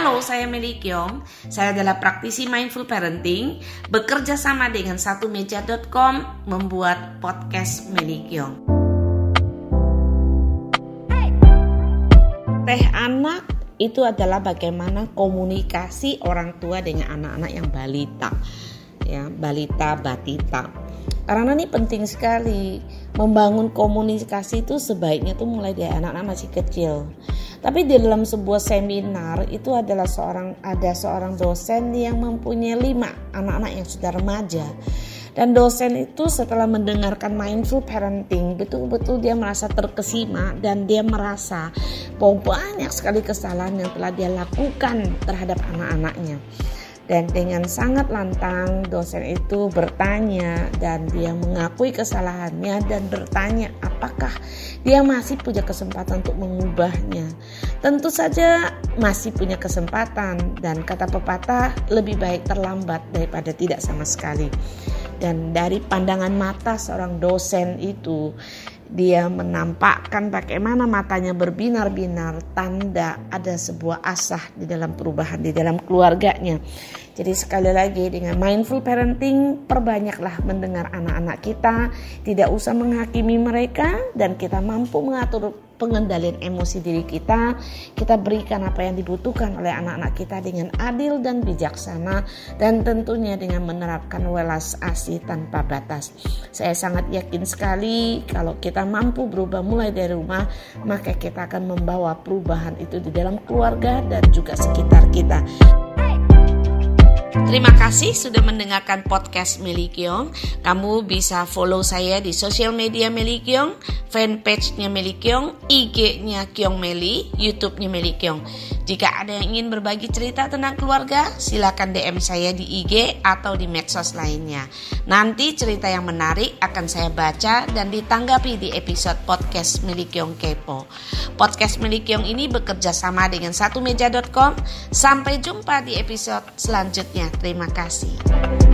Halo, saya Meli Kyong. Saya adalah praktisi mindful parenting, bekerja sama dengan satumeja.com membuat podcast Meli Kyong. Teh anak itu adalah bagaimana komunikasi orang tua dengan anak-anak yang balita. Ya, balita, batita. Karena ini penting sekali. Membangun komunikasi itu sebaiknya tuh mulai dari anak-anak masih kecil. Tapi di dalam sebuah seminar itu adalah seorang dosen yang mempunyai 5 anak-anak yang sudah remaja. Dan dosen itu setelah mendengarkan mindful parenting, betul-betul dia merasa terkesima dan dia merasa bahwa banyak sekali kesalahan yang telah dia lakukan terhadap anak-anaknya. Dan dengan sangat lantang dosen itu bertanya dan dia mengakui kesalahannya dan bertanya apakah dia masih punya kesempatan untuk mengubahnya. Tentu saja masih punya kesempatan, dan kata pepatah lebih baik terlambat daripada tidak sama sekali. Dan dari pandangan mata seorang dosen itu, dia menampakkan bagaimana matanya berbinar-binar, tanda ada sebuah asah di dalam perubahan di dalam keluarganya. Jadi sekali lagi dengan mindful parenting, perbanyaklah mendengar anak-anak kita, tidak usah menghakimi mereka, dan kita mampu mengatur pengendalian emosi diri kita. Kita berikan apa yang dibutuhkan oleh anak-anak kita dengan adil dan bijaksana, dan tentunya dengan menerapkan welas asih tanpa batas. Saya sangat yakin sekali kalau kita mampu berubah mulai dari rumah, maka kita akan membawa perubahan itu di dalam keluarga dan juga sekitar kita. Terima kasih sudah mendengarkan podcast Meli Kyong. Kamu bisa follow saya di sosial media Meli Kyong, fanpage-nya Meli Kyong, IG-nya Kyong Meli, YouTube-nya Meli Kyong. Jika ada yang ingin berbagi cerita tentang keluarga, silakan DM saya di IG atau di medsos lainnya. Nanti cerita yang menarik akan saya baca dan ditanggapi di episode podcast Meli Kyong Kepo. Podcast Meli Kyong ini bekerja sama dengan satumeja.com. Sampai jumpa di episode selanjutnya. Terima kasih.